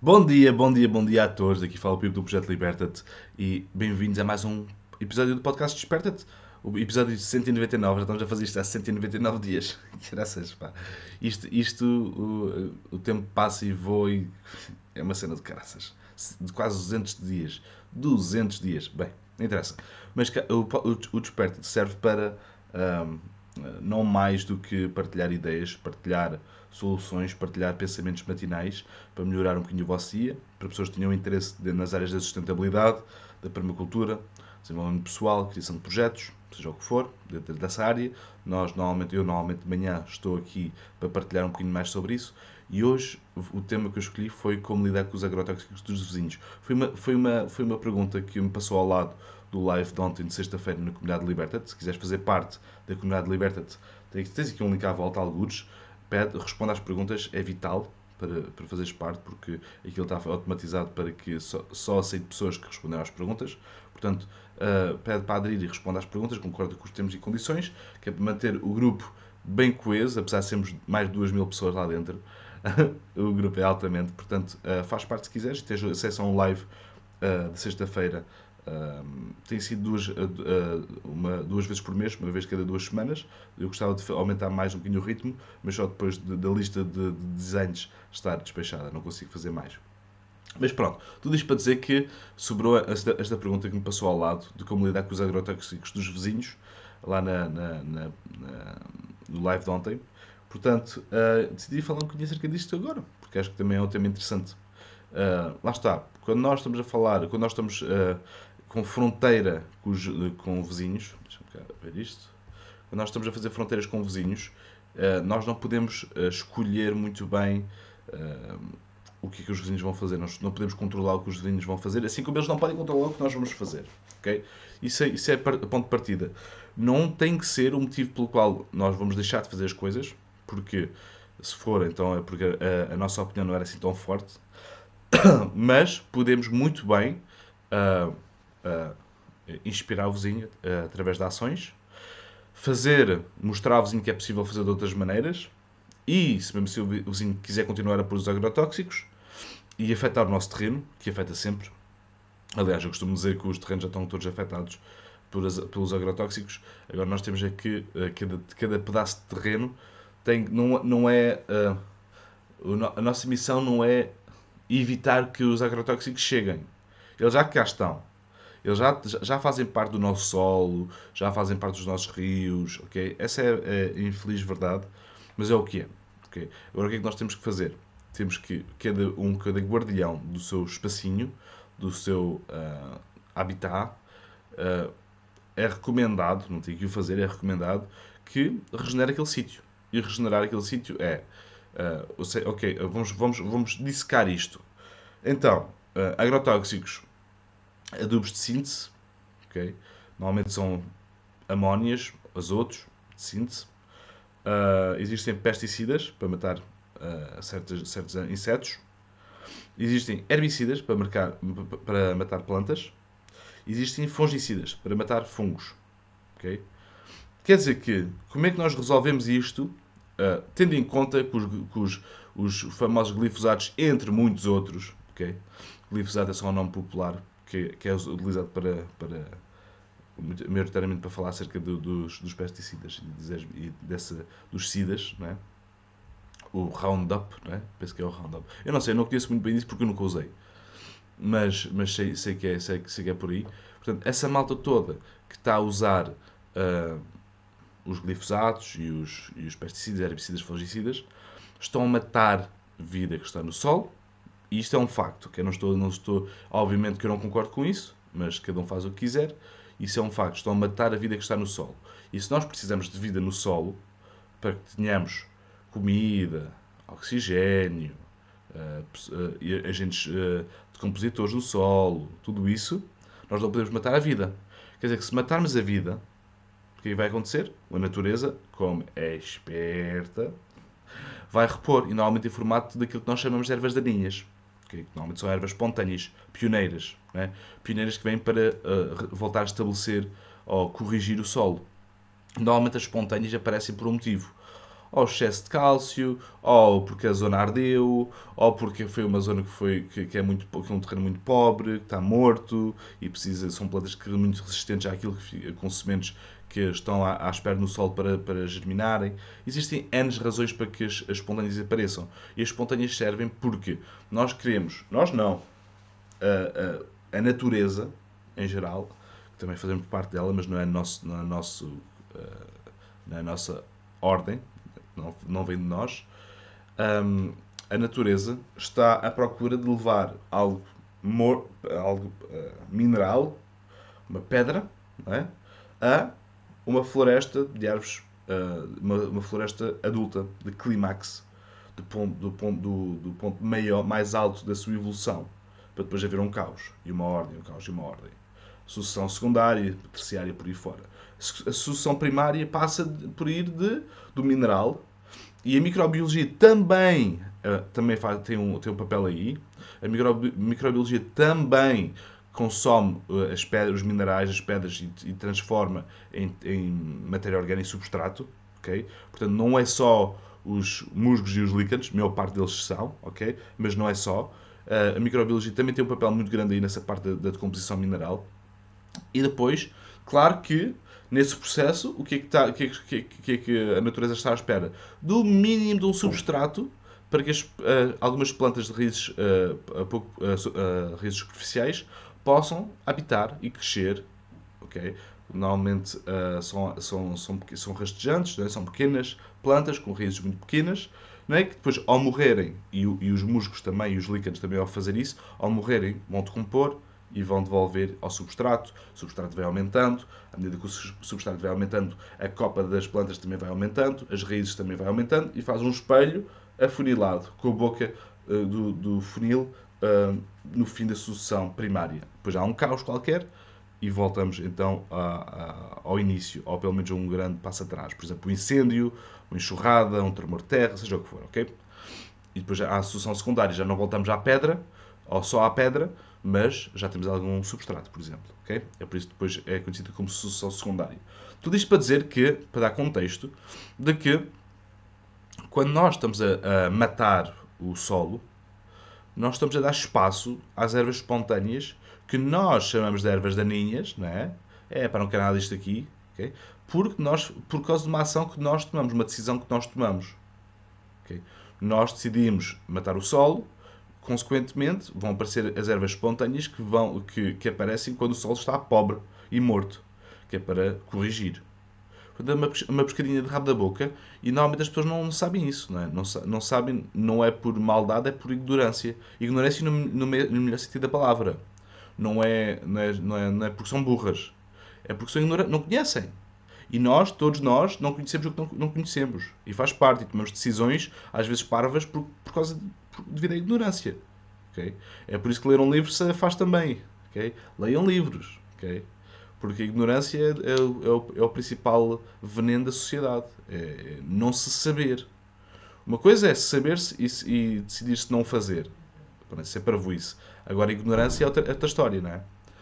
Bom dia a todos. Aqui fala o Pipo do Projeto Liberta-te e bem-vindos a mais um episódio do podcast Desperta-te. O episódio 199, já estamos a fazer isto há 199 dias. Graças, pá. O tempo passa e voa e é uma cena de caraças. De quase 200 dias. 200 dias. Bem, não interessa. Mas o Desperta-te serve para ahm, não mais do que partilhar ideias, partilhar soluções, partilhar pensamentos matinais para melhorar um bocadinho o vosso dia, para pessoas que tenham interesse nas áreas da sustentabilidade, da permacultura, desenvolvimento pessoal, criação de projetos, seja o que for, dentro dessa área. Eu normalmente de manhã estou aqui para partilhar um bocadinho mais sobre isso. E hoje o tema que eu escolhi foi como lidar com os agrotóxicos dos vizinhos. Foi uma pergunta que me passou ao lado do live de ontem, de sexta-feira, na comunidade Liberta-te. Se quiseres fazer parte da comunidade Liberta-te, tens aqui um link à volta, algures. Responda às perguntas, é vital para fazeres parte, porque aquilo está automatizado para que só aceite pessoas que responderam às perguntas. Portanto, pede para aderir e responda às perguntas, concorda com os termos e condições, que é para manter o grupo bem coeso, apesar de sermos mais de 2.000 pessoas lá dentro. O grupo é altamente, portanto, faz parte se quiseres, tens acesso a um live de sexta-feira. Tem sido duas vezes por mês, uma vez cada 2 semanas. Eu gostava de aumentar mais um bocadinho o ritmo, mas só depois da lista de desenhos estar despechada, não consigo fazer mais. Mas pronto, tudo isto para dizer que sobrou esta pergunta que me passou ao lado de como lidar com os agrotóxicos dos vizinhos, lá no live de ontem. Portanto, decidi falar um bocadinho acerca disto agora, porque acho que também é um tema interessante. Lá está, quando nós estamos a falar, quando nós estamos com fronteira com vizinhos, deixa-me cá ver isto, quando nós estamos a fazer fronteiras com vizinhos, nós não podemos escolher muito bem o que é que os vizinhos vão fazer. Nós não podemos controlar o que os vizinhos vão fazer, assim como eles não podem controlar o que nós vamos fazer. Okay? Isso é ponto de partida. Não tem que ser o motivo pelo qual nós vamos deixar de fazer as coisas, porque se for, então é porque a nossa opinião não era assim tão forte, mas podemos muito bem uh, uh, inspirar o vizinho através de ações, mostrar ao vizinho que é possível fazer de outras maneiras e, se mesmo se o vizinho quiser continuar a pôr os agrotóxicos e afetar o nosso terreno, que afeta sempre. Aliás, eu costumo dizer que os terrenos já estão todos afetados pelos agrotóxicos. Agora nós temos é que cada pedaço de terreno não é. A nossa missão não é evitar que os agrotóxicos cheguem. Eles já cá estão. Eles já fazem parte do nosso solo, já fazem parte dos nossos rios, ok? Essa é a infeliz verdade, mas é o que é. Okay? Agora o que é que nós temos que fazer? Temos que, cada guardião do seu espacinho, do seu habitat, uh, é recomendado, não tem que o fazer, é recomendado que regenere aquele sítio. E regenerar aquele sítio é, ok, vamos dissecar isto. Então, agrotóxicos, adubos de síntese, ok? Normalmente são amónias, azotos de síntese. Existem pesticidas para matar certos insetos. Existem herbicidas para matar plantas. Existem fungicidas para matar fungos. Ok? Quer dizer que, como é que nós resolvemos isto, tendo em conta os famosos glifosados, entre muitos outros, ok? Glifosato é só um nome popular que é utilizado maioritariamente para falar acerca dos pesticidas dos SIDAs, não é? O Roundup, não é? Penso que é o Roundup. Eu não sei, eu não conheço muito bem disso porque eu nunca usei. Mas sei que é por aí. Portanto, essa malta toda que está a usar os glifosatos e os pesticidas, herbicidas, fungicidas, estão a matar vida que está no solo. E isto é um facto. Que eu não estou, obviamente que eu não concordo com isso, mas cada um faz o que quiser. Isso é um facto. Estão a matar a vida que está no solo. E se nós precisamos de vida no solo, para que tenhamos comida, oxigênio, agentes decompositores do solo, tudo isso, nós não podemos matar a vida. Quer dizer que se matarmos a vida, o que vai acontecer? A natureza, como é esperta, vai repor, e normalmente em formato daquilo que nós chamamos de ervas daninhas. Que normalmente são ervas espontâneas, pioneiras. Não é? Pioneiras que vêm para voltar a estabelecer ou corrigir o solo. Normalmente as espontâneas aparecem por um motivo. ou excesso de cálcio, ou porque a zona ardeu, ou porque foi uma zona que é muito, que é um terreno muito pobre, que está morto, e são plantas que são muito resistentes àquilo com sementes que estão à espera no solo para germinarem. Existem N razões para que as espontâneas apareçam. E as espontâneas servem porque nós não, a natureza, em geral, que também fazemos parte dela, mas não é a nossa ordem, não vem de nós. A natureza está à procura de levar algo mineral, uma pedra, não é? A uma floresta de árvores, uma floresta adulta, de clímax, do ponto maior, mais alto da sua evolução, para depois haver um caos e uma ordem, um caos e uma ordem. Sucessão secundária, terciária, por aí fora. A sucessão primária passa por ir do mineral, e a microbiologia também tem um papel aí. A microbiologia também consome as pedras, os minerais, as pedras e transforma em matéria orgânica e substrato. Okay? Portanto, não é só os musgos e os líquenes, a maior parte deles são, okay? Mas não é só. A microbiologia também tem um papel muito grande aí nessa parte da decomposição mineral. E depois, claro que nesse processo, o que é que a natureza está à espera? Do mínimo de um substrato para que algumas plantas de raízes superficiais possam habitar e crescer. Okay? Normalmente são rastejantes, não é? São pequenas plantas com raízes muito pequenas, não é? Que depois, ao morrerem, e os musgos também, e os líquenes também ao fazer isso, ao morrerem, vão decompor e vão devolver ao substrato. O substrato vai aumentando, à medida que o substrato vai aumentando, a copa das plantas também vai aumentando, as raízes também vai aumentando, e faz um espelho afunilado, com a boca do funil no fim da sucessão primária. Depois há um caos qualquer, e voltamos então ao início, ou pelo menos a um grande passo atrás. Por exemplo, um incêndio, uma enxurrada, um tremor de terra, seja o que for, ok? E depois há a sucessão secundária, já não voltamos à pedra, ou só à pedra, mas já temos algum substrato, por exemplo, ok? É por isso que depois é conhecido como sucessão secundária. Tudo isto para dizer que, para dar contexto, de que quando nós estamos a matar o solo, nós estamos a dar espaço às ervas espontâneas que nós chamamos de ervas daninhas, não é? É, para não querer nada disto aqui, ok? Por causa de uma ação que nós tomamos, uma decisão que nós tomamos. Okay? Nós decidimos matar o solo, consequentemente vão aparecer as ervas espontâneas que aparecem quando o solo está pobre e morto, que é para corrigir. Portanto, é uma pescadinha de rabo da boca, e normalmente as pessoas não sabem isso, não é? Não sabem, não é por maldade, é por ignorância. Ignorância no melhor sentido da palavra. Não é porque são burras. É porque são ignorantes, não conhecem. E todos nós, não conhecemos o que não conhecemos. E faz parte, e tomamos decisões, às vezes parvas, devido à ignorância. Okay? É por isso que ler um livro se faz também. Okay? Leiam livros. Okay? Porque a ignorância é o principal veneno da sociedade. É não se saber. Uma coisa é saber-se e decidir-se não fazer. Isso é parvoíce. Agora, a ignorância é outra história, não é?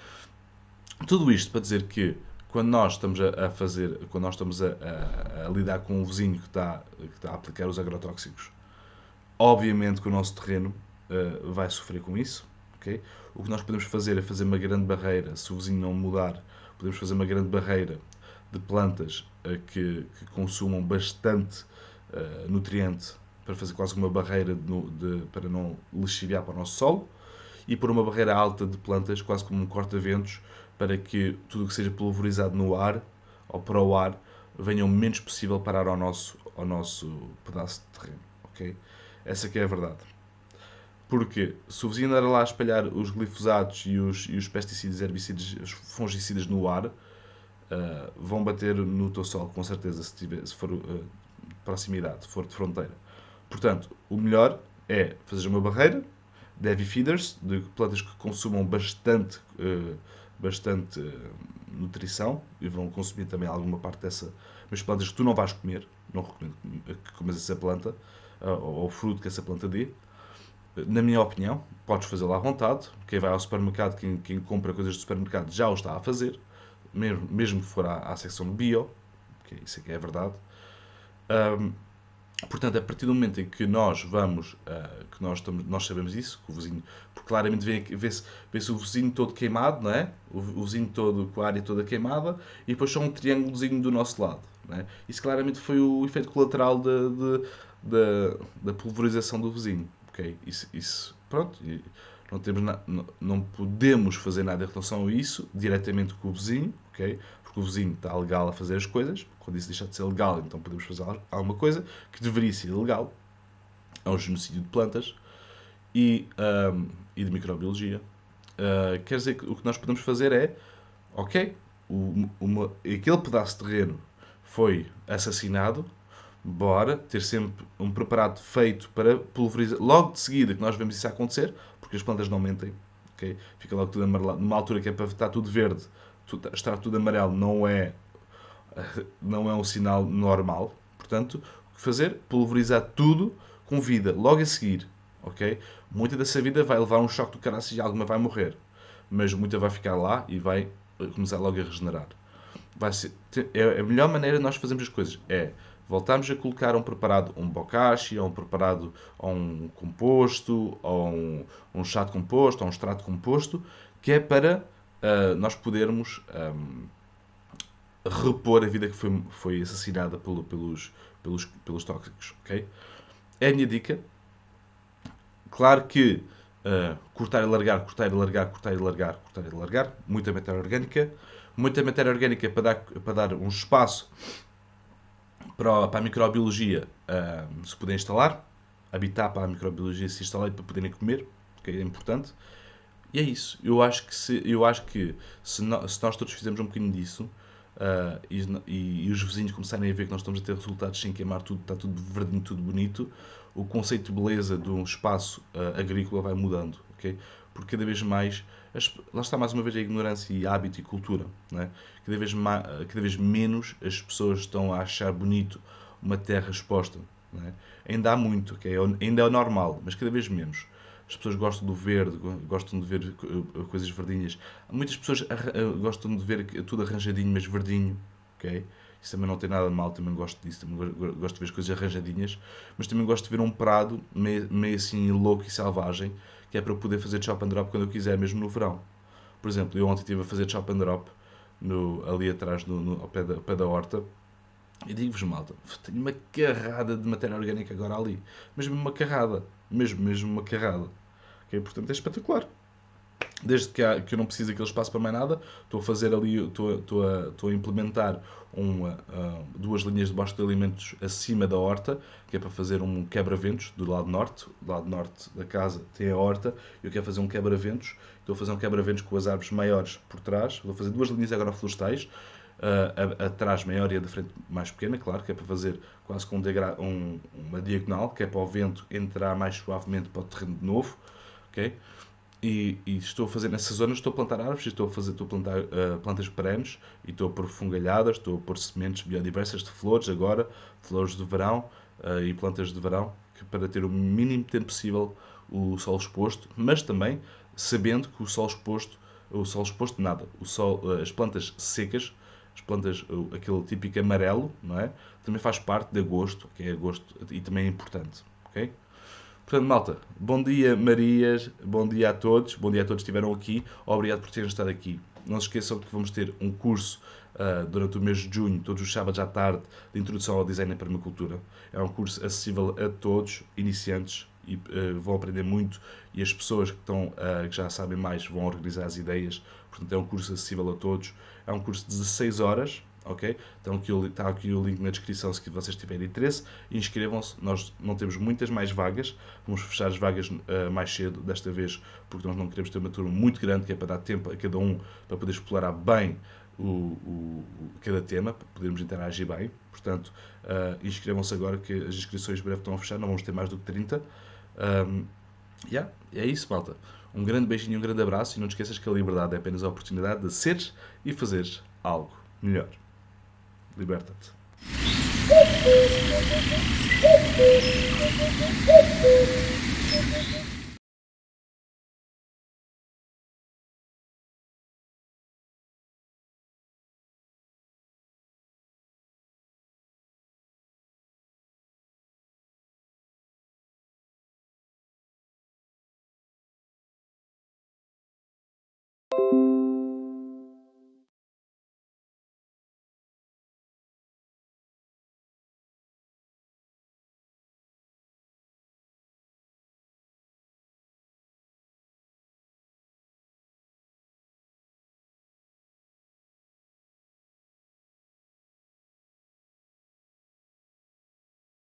Tudo isto para dizer que quando nós estamos a fazer, quando nós estamos a lidar com um vizinho que está a aplicar os agrotóxicos, obviamente que o nosso terreno vai sofrer com isso. Okay? O que nós podemos fazer é fazer uma grande barreira, se o vizinho não mudar, podemos fazer uma grande barreira de plantas que consumam bastante nutriente, para fazer quase uma barreira para não lixiviar para o nosso solo, e por uma barreira alta de plantas, quase como um corta-ventos, para que tudo o que seja pulverizado no ar ou para o ar venha o menos possível parar ao nosso pedaço de terreno. Okay? Essa que é a verdade. Porque se o vizinho andar lá a espalhar os glifosatos e os pesticidas, herbicidas, os fungicidas no ar, vão bater no teu solo, com certeza, se for de proximidade, se for de fronteira. Portanto, o melhor é fazer uma barreira de heavy feeders, de plantas que consumam bastante nutrição e vão consumir também alguma parte dessa, mas plantas que tu não vais comer, não recomendo que comas essa planta, ou o fruto que essa planta dê. Na minha opinião, podes fazê-lo à vontade. Quem vai ao supermercado, quem compra coisas do supermercado já o está a fazer, mesmo que for à secção de bio, que isso é que é a verdade. Portanto, a partir do momento em que nós vamos, nós sabemos isso, que o vizinho, porque claramente vê-se o vizinho todo queimado, não é? O vizinho todo com a área toda queimada, e depois só um triângulozinho do nosso lado, não é? Isso claramente foi o efeito colateral da pulverização do vizinho, ok? Pronto, e não podemos fazer nada em relação a isso, diretamente com o vizinho, ok? Porque o vizinho está legal a fazer as coisas, quando isso deixar de ser legal, então podemos fazer alguma coisa que deveria ser legal, é um genocídio de plantas e de microbiologia. Quer dizer que o que nós podemos fazer é, ok, aquele pedaço de terreno foi assassinado, bora ter sempre um preparado feito para pulverizar. Logo de seguida que nós vemos isso acontecer, porque as plantas não mentem, okay? Fica logo tudo amarelado. Numa altura que é para estar tudo verde, estar tudo amarelo não é um sinal normal. Portanto, o que fazer? Pulverizar tudo com vida, logo a seguir. Ok? Muita dessa vida vai levar um choque do caraças e alguma vai morrer. Mas muita vai ficar lá e vai começar logo a regenerar. É a melhor maneira de nós fazermos as coisas. É voltarmos a colocar um preparado, um bokashi, ou um preparado, ou um composto, ou um chá de composto, ou um extrato de composto, que é para nós podermos repor a vida que foi assassinada pelos tóxicos. Okay? É a minha dica. Claro que cortar e largar, cortar e largar, cortar e largar, cortar e largar. Muita matéria orgânica. Muita matéria orgânica para dar um espaço para a microbiologia se poder instalar. Habitar para a microbiologia se instalar e para poderem comer. Okay? É importante. E é isso. Eu acho que se nós todos fizermos um bocadinho disso, e os vizinhos começarem a ver que nós estamos a ter resultados sem queimar tudo, está tudo verdinho, tudo bonito, o conceito de beleza de um espaço agrícola vai mudando, ok? Porque cada vez mais, lá está mais uma vez a ignorância e hábito e cultura, não é? Cada vez menos as pessoas estão a achar bonito uma terra exposta, não é? Ainda há muito, ok? Ainda é normal, mas cada vez menos. As pessoas gostam do verde, gostam de ver coisas verdinhas. Muitas pessoas gostam de ver tudo arranjadinho, mas verdinho. Ok? Isso também não tem nada de mal, também gosto disso. Também gosto de ver as coisas arranjadinhas. Mas também gosto de ver um prado meio assim louco e selvagem, que é para eu poder fazer chop and drop quando eu quiser, mesmo no verão. Por exemplo, eu ontem estive a fazer chop and drop ali atrás, ao pé da horta. E digo-vos, malta, tenho uma carrada de matéria orgânica agora ali. Mas mesmo uma carrada. Mesmo uma carrada. Okay? Portanto, é espetacular. Desde que eu não preciso daquele espaço para mais nada, estou a fazer ali, estou a implementar duas linhas de baixo de alimentos acima da horta, que é para fazer um quebra-ventos do lado norte. Do lado norte da casa tem a horta, eu quero fazer um quebra-ventos. Estou a fazer um quebra-ventos com as árvores maiores por trás. Vou fazer duas linhas agora florestais, atrás maior e a da frente mais pequena, claro, que é para fazer quase com uma diagonal, que é para o vento entrar mais suavemente para o terreno de novo. Okay? E estou a fazer nessas zonas, estou a plantar árvores, estou a plantar plantas perenes e estou a pôr fungalhadas, estou a pôr sementes biodiversas de flores agora, flores de verão e plantas de verão, para ter o mínimo tempo possível o sol exposto, mas também sabendo que o sol exposto nada, as plantas secas, as plantas, aquele típico amarelo, não é? Também faz parte de agosto, que é agosto e também é importante, ok? Portanto, malta, bom dia Marias, bom dia a todos que estiveram aqui, obrigado por terem estado aqui. Não se esqueçam que vamos ter um curso durante o mês de junho, todos os sábados à tarde, de Introdução ao Design e Permacultura. É um curso acessível a todos, iniciantes, e vão aprender muito, e as pessoas que já sabem mais vão organizar as ideias. Portanto, é um curso acessível a todos. É um curso de 16 horas, ok? Então está aqui o link na descrição se vocês tiverem interesse. Inscrevam-se, nós não temos muitas mais vagas, vamos fechar as vagas mais cedo desta vez, porque nós não queremos ter uma turma muito grande, que é para dar tempo a cada um para poder explorar bem cada tema, para podermos interagir bem. Portanto, inscrevam-se agora, que as inscrições breve estão a fechar, não vamos ter mais do que 30. É isso, malta. Um grande beijinho e um grande abraço, e não te esqueças que a liberdade é apenas a oportunidade de seres e fazeres algo melhor. Liberta-te.